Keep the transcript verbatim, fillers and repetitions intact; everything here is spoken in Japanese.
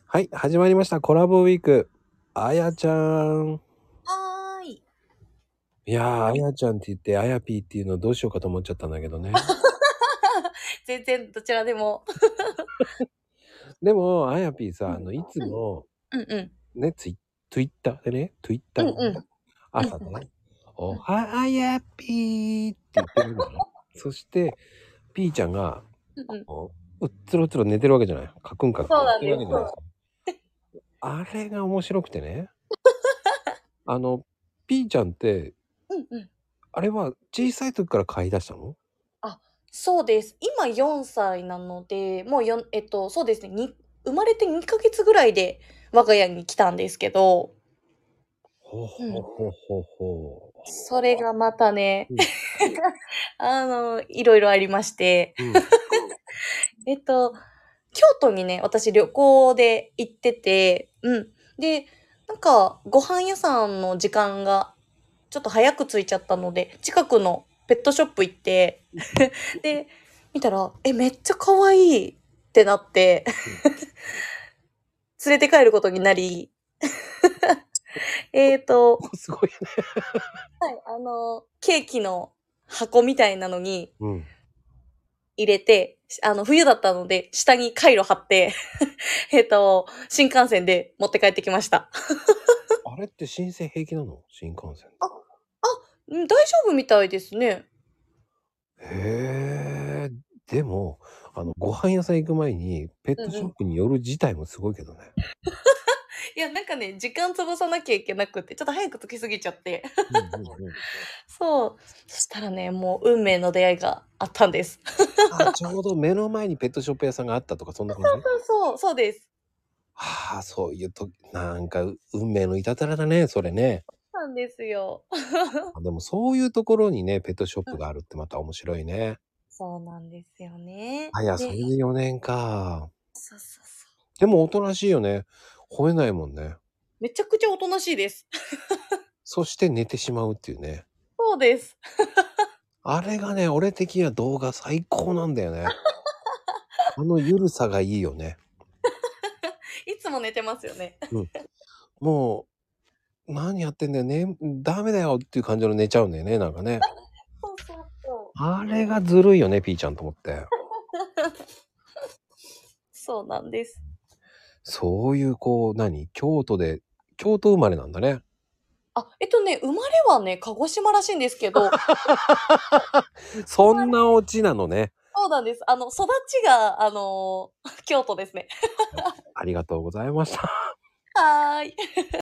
はい、始まりました。コラボウィーク。あやちゃん。 はーい。 いやー、あやちゃんって言って、あやぴーっていうのどうしようかと思っちゃったんだけどね。 全然どちらでも。 でも、あやぴーさ、 うん。 あの、いつも、 うんうん。 ね、ツイ、ツイッターでね、ツイッターでね、 うんうん。うん朝ね、おうん。 はやぴーって言ってるのね。そして、ピーちゃんが、 うんうん。 こう、うっつろうつろ寝てるわけじゃない。カクンカクン言ってるそうなんです。 わけじゃないですか。あれが面白くてね。あの、ピーちゃんって、 うんうん。 あれは小さい時から飼い出したの？ あ、そうです。今よんさいなので、もうよんえっと、そうですね、に生まれてにかげつぐらいで我が家に来たんですけど、 ほうん。 ほほほほ。 それがまたね、 うん、 あの、いろいろありまして、 うん。 えっと、京都にね、私旅行で行ってて、うん。で、なんかご飯屋さんの時間がちょっと早く着いちゃったので、近くのペットショップ行って、で、見たら、え、めっちゃ可愛いってなって、 うん。 連れて帰ることになり、えっと、 すごいね。 はい、あの、ケーキの箱みたいなのにうん。 入れて、あの、冬だったので、下にカイロ貼ってえっと、新幹線で持って帰ってきました。 あれって申請平気なの？新幹線あ、 で。 あ、うん、大丈夫みたいですね。 へえ。でも、あの、ご飯屋さん行く前に、ペットショッうんうん。 プに寄る自体もすごいけどね。 いや、なんかね、時間潰さなきゃいけなくて、ちょっと早く着きすぎちゃって。 うんうんうん。 そう。そしたらね、もう運命の出会いがあったんです。 あ、ちょうど目の前にペットショップ屋さんがあったとかそんな感じ？ そうそう、そうです。 はあ、そういうとなんか、う運命のいたずらだね、それね。 なんですよ。 あ、でもそういうところにね、ペットショッうん。 プがあるってまた面白いね。 そうなんですよね。 あ、いや、そで、 れでよねんか。 そうそうそう。 でもおとなしいよね。吠えないもんね。 めちゃくちゃおとなしいです。 そして寝てしまうっていうね。 そうです。 あれがね、俺的には動画最高なんだよね。あのゆるさがいいよね。 いつも寝てますよね。 うん。もう、何やってんだよ、ね、ダメだよっていう感じの寝ちゃうんだよね、なんかね。 そうそうそう。 あれがずるいよね、ピーちゃんと思って。 そうなんです。 そういうこう、何京都で、京都生まれなんだね。 あ、えっとね、生まれはね、鹿児島らしいんですけど、 そんなオチなのね。 そうなんです。あの、育ちが、あの、京都ですね。 はい。ありがとうございました。 はーい。